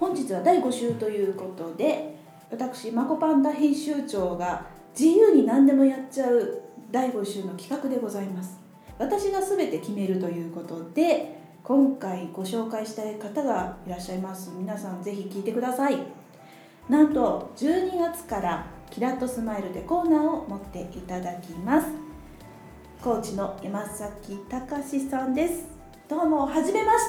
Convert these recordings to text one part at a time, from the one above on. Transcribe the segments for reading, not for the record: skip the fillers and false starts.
本日は第5週ということで、私マコパンダ編集長が自由に何でもやっちゃう第5週の企画でございます。私が全て決めるということで、今回ご紹介したい方がいらっしゃいます。皆さんぜひ聞いてください。なんと12月からキラッとスマイルでコーナーを持っていただきます。コーチの山崎隆さんです。どうも、はじめまして。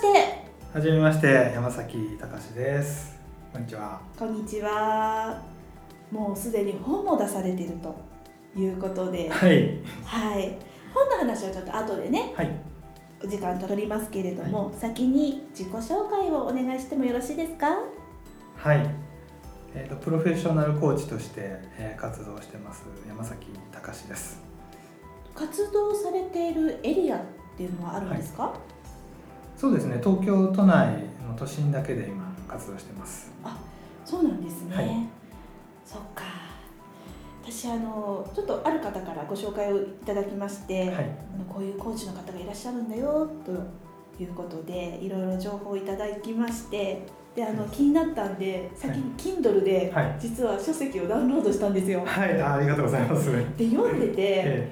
はじめまして、山崎隆です。こんにちは。 こんにちは。もうすでに本も出されているということで、 はい、 はい、本の話はちょっと後でね、 はい、 お時間取りますけれども、 はい、 先に自己紹介をお願いしてもよろしいですか？ はい、プロフェッショナルコーチとして、活動してます山崎隆です。 活動されているエリアっていうのはあるんですか？ はい、そうですね、東京都内の都心だけで今活動してます。 あ、そうなんですね。 はい、 そっか。私ちょっとある方からご紹介をいただきまして、 はい、 こういうコーチの方がいらっしゃるんだよということでいろいろ情報をいただきまして、で気になったんで先に Kindle で、 はい、 実は書籍をダウンロードしたんですよ。 はい、ありがとうございます。 で読んでて、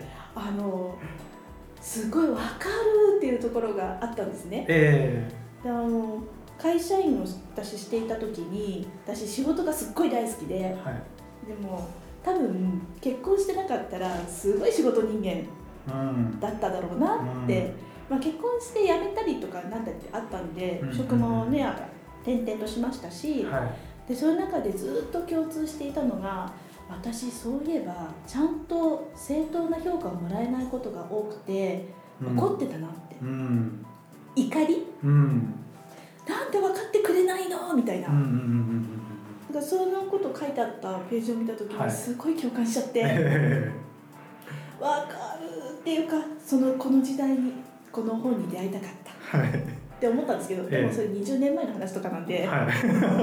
すごい分かるっていうところがあったんですね。で会社員を私していた時に、私仕事がすっごい大好きで、 はい、 でも多分結婚してなかったらすごい仕事人間だっただろうなって、結婚して辞めたりとかなんだってあったんで、職もね転々としましたし、 はい、 でその中でずっと共通していたのが、私そういえばちゃんと正当な評価をもらえないことが多くて怒ってたなって、怒り、なんで分かってくれないのみたいな、だからそのこと書いてあったページを見た時にすごい共感しちゃって、分かるっていうか、この時代にこの本に出会いたかった、 はい、 って思ったんですけど、でもそれ20年前の話とかなんで、 はい、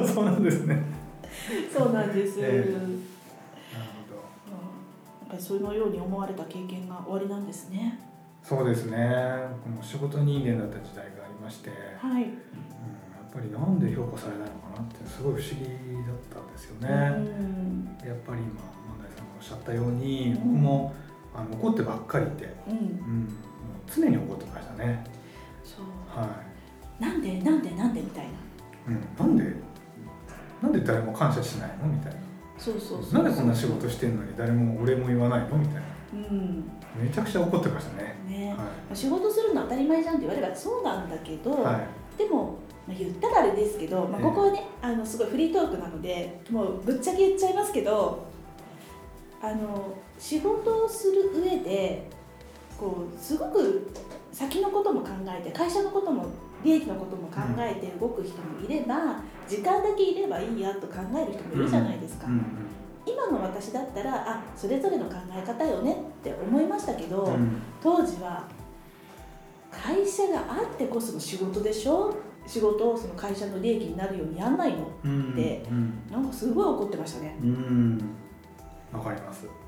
そうなんですね。 そうなんです、 なるほど。 やっぱりそのように思われた経験がおありなんですね。 そうですね、この仕事人間だった時代がありまして、 はい、 やっぱりなんで評価されないのかなってすごい不思議だったんですよね。やっぱり今万代さんがおっしゃったように、僕も怒ってばっかりいて、もう常に怒ってましたね。 そう、 はい、 なんでみたいな、 なんで誰も感謝しないのみたいな、 そうなんでこんな仕事してんのに誰も俺も言わないのみたいな、めちゃくちゃ怒ってましたね。はい、 仕事するの当たり前じゃんって言われればそうなんだけど、でも、言ったらあれですけど、ここはねすごいフリートークなのでもうぶっちゃけ言っちゃいますけど、仕事をする上ですごく先のことも考えて、会社のことも利益のことも考えて動く人もいれば、時間だけいればいいやと考える人もいるじゃないですか。今の私だったらそれぞれの考え方よねって思いましたけど、当時は会社があってこその仕事でしょ、仕事をその会社の利益になるようにやんないのって、なんかすごい怒ってましたね。 わかります。はい、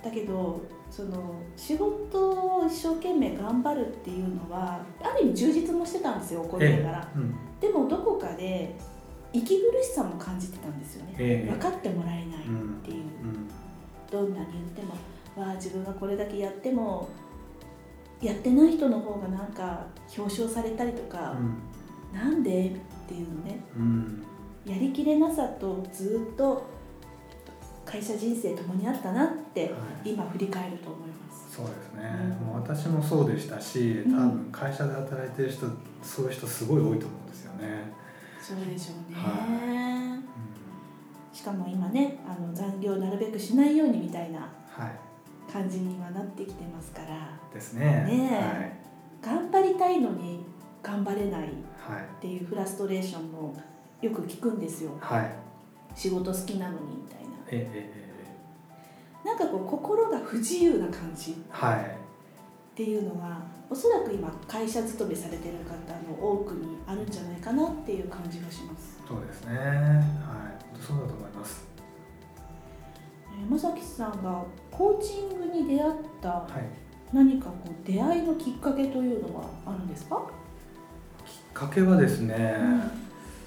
だけど仕事を一生懸命頑張るっていうのはある意味充実もしてたんですよ、怒りながら。でもどこかで息苦しさも感じてたんですよね。分かってもらえないっていう、どんなに言っても自分がこれだけやってもやってない人の方がなんか表彰されたりとか、なんでっていうのね、やりきれなさとずっと会社人生共にあったなって今振り返ると思います。 そうですね、もう私もそうでしたし、多分会社で働いてる人、そういう人すごい多いと思うんですよね。 そうでしょうね。しかも今ね残業なるべくしないようにみたいな感じにはなってきてますからですね。 頑張りたいのに頑張れないっていうフラストレーションもよく聞くんですよ。仕事好きなのにみたいな、なんか心が不自由な感じっていうのが、おそらく今会社勤めされてる方の多くにあるんじゃないかなっていう感じがします。 そうですね、そうだと思います。 山崎さんがコーチングに出会った何か出会いのきっかけというのはあるんですか？ きっかけはですね、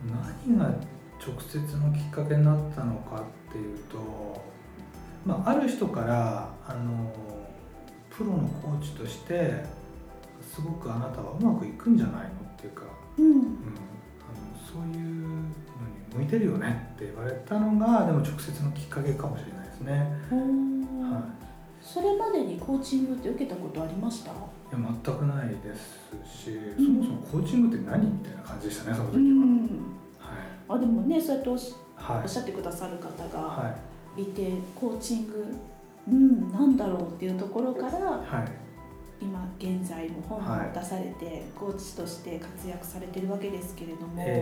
何が直接のきっかけになったのかっていうと、ある人からプロのコーチとしてすごくあなたはうまくいくんじゃないのっていうか、そういうのに向いてるよねって言われたのがでも直接のきっかけかもしれないですね。 それまでにコーチングって受けたことありました？いや全くないですし、そもそもコーチングって何みたいな感じでしたね、その時は。 でもね、そうやっておっしゃってくださる方がいて、コーチング、なんだろうっていうところから、今現在も本を出されて、コーチとして活躍されてるわけですけれども、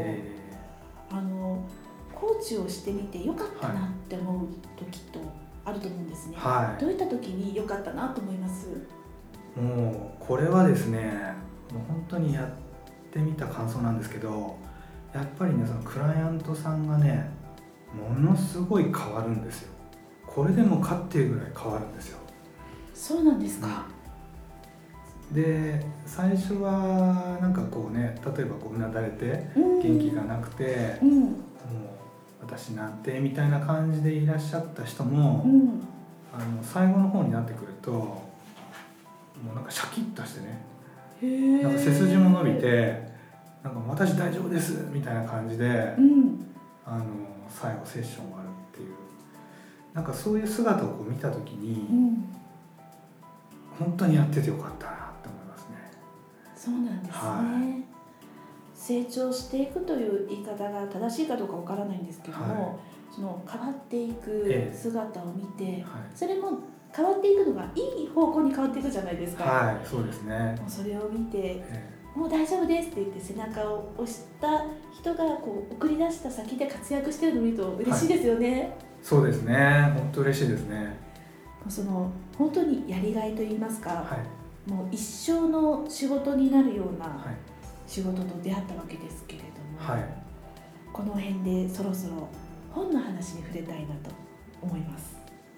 コーチをしてみてよかったなって思う時とあると思うんですね。どういった時に良かったなと思います？ もうこれはですね、もう本当にやってみた感想なんですけど、やっぱりね、そのクライアントさんがね、ものすごい変わるんですよ。これでもかっていうぐらい変わるんですよ。 そうなんですか。 で、最初はなんかこうね、例えばこううなだれて元気がなくて、もう私なんてみたいな感じでいらっしゃった人も、最後の方になってくるともうなんかシャキッとしてね、なんか背筋も伸びて、なんか私大丈夫ですみたいな感じで、最後セッション終わるっていう、なんかそういう姿をこう見た時に、本当にやっててよかったなって思いますね。 そうなんですね。成長していくという言い方が正しいかどうかわからないんですけども、その変わっていく姿を見て、それも変わっていくのがいい方向に変わっていくじゃないですか。 そうですね。 もうそれを見て、もう大丈夫ですって言って背中を押した人がこう送り出した先で活躍してるのを見ると嬉しいですよね。 そうですね。本当嬉しいですね。 その本当にやりがいといいますか、もう一生の仕事になるような仕事と出会ったわけですけれども、この辺でそろそろ本の話に触れたいなと思います。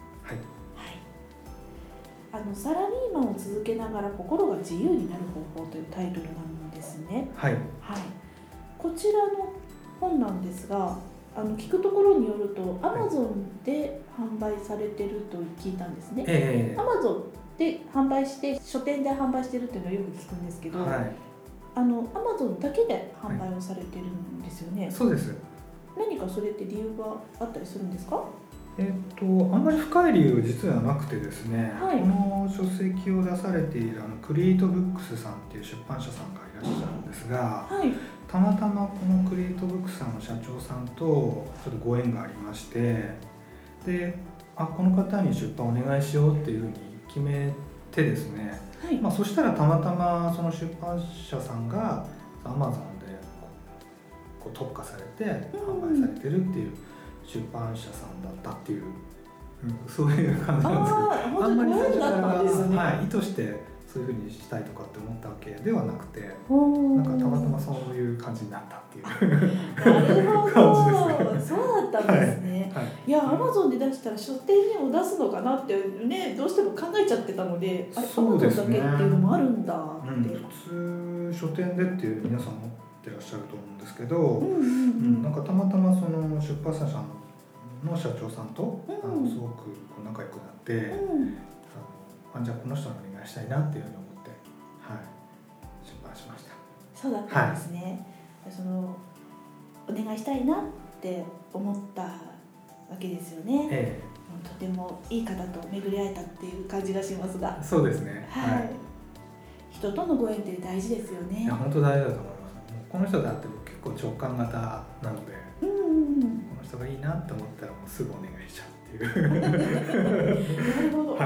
サラリーマンを続けながら心が自由になる方法というタイトルなんですね。こちらの本なんですが、聞くところによると Amazon で販売されてると聞いたんですね。Amazon で販売して書店で販売してるっていうのはよく聞くんですけど、Amazon だけで販売をされてるんですよね。 そうです。 何かそれって理由があったりするんですか？ あんまり深い理由は実はなくてですね、この書籍を出されているクリエイトブックスさんっていう出版社さんがいらっしゃるんですが、たまたまこのクリエイトブックスさんの社長さんとちょっとご縁がありまして、で、この方に出版お願いしようっていうふうに決めてですね、そしたらたまたまその出版社さんが Amazon でこう特化されて販売されてるっていう出版社さんだったっていう、そういう感じなんですけど、あんまり最初から意図してそういう風にしたいとかって思ったわけではなくて、なんかたまたまそういう感じになったっていう感じですね。 そうだったんですね。いや、Amazon で出したら書店にも出すのかなってね、どうしても考えちゃってたので、Amazon だけっていうのもあるんだって。 普通書店でっていう皆さん持ってらっしゃると思うんですけど、なんかたまたまその出版社さんの社長さんとすごく仲良くなって、じゃあこの人にお願いしたいなっていうふうに思って、出版しました。 そうだったんですね。そのお願いしたいなって思ったわけですよね。とてもいい方と巡り会えたっていう感じがしますが。そうですね。人とのご縁って大事ですよね。 いや、本当大事だと思います。この人だって結構直感型なので、この人がいいなって思ったらもうすぐお願いしちゃうっていう。 なるほど。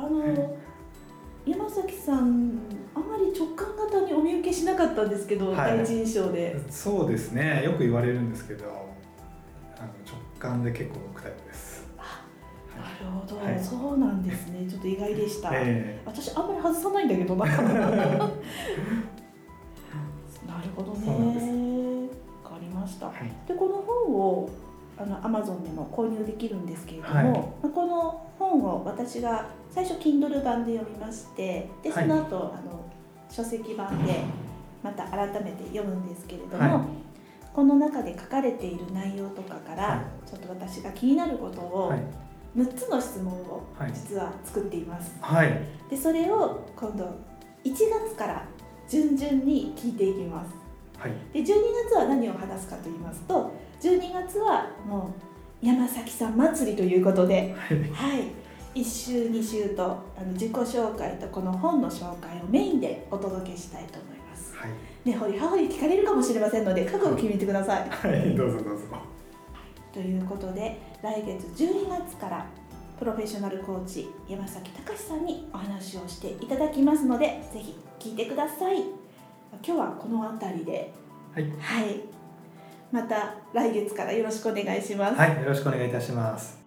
山崎さん、あまり直感型にお見受けしなかったんですけど、第一印象で。 そうですね、よく言われるんですけど、直感で結構動くタイプです。 なるほど、そうなんですね。ちょっと意外でした。私あんまり外さないんだけどな。なるほどね。わかりました。で、この本をAmazon でも購入できるんですけれども、この本を私が最初 Kindle 版で読みまして、でその後書籍版でまた改めて読むんですけれども、 本の中で書かれている内容とかから、はい、ちょっと私が気になることを、6つの質問を実は作っています、はい、でそれを今度1月から順々に聞いていきます、はい、で12月は何を話すかと言いますと、12月はもう山崎さん祭りということで、はい、1週2週と自己紹介とこの本の紹介をメインでお届けしたいと思います、はい、ね、ほりはほり聞かれるかもしれませんので覚悟を決めてください。 はい、どうぞどうぞ。 ということで来月12月からプロフェッショナルコーチ山崎隆さんにお話をしていただきますので、ぜひ聞いてください。今日はこの辺りで、はい、はい、また来月からよろしくお願いします。 はい、よろしくお願いいたします。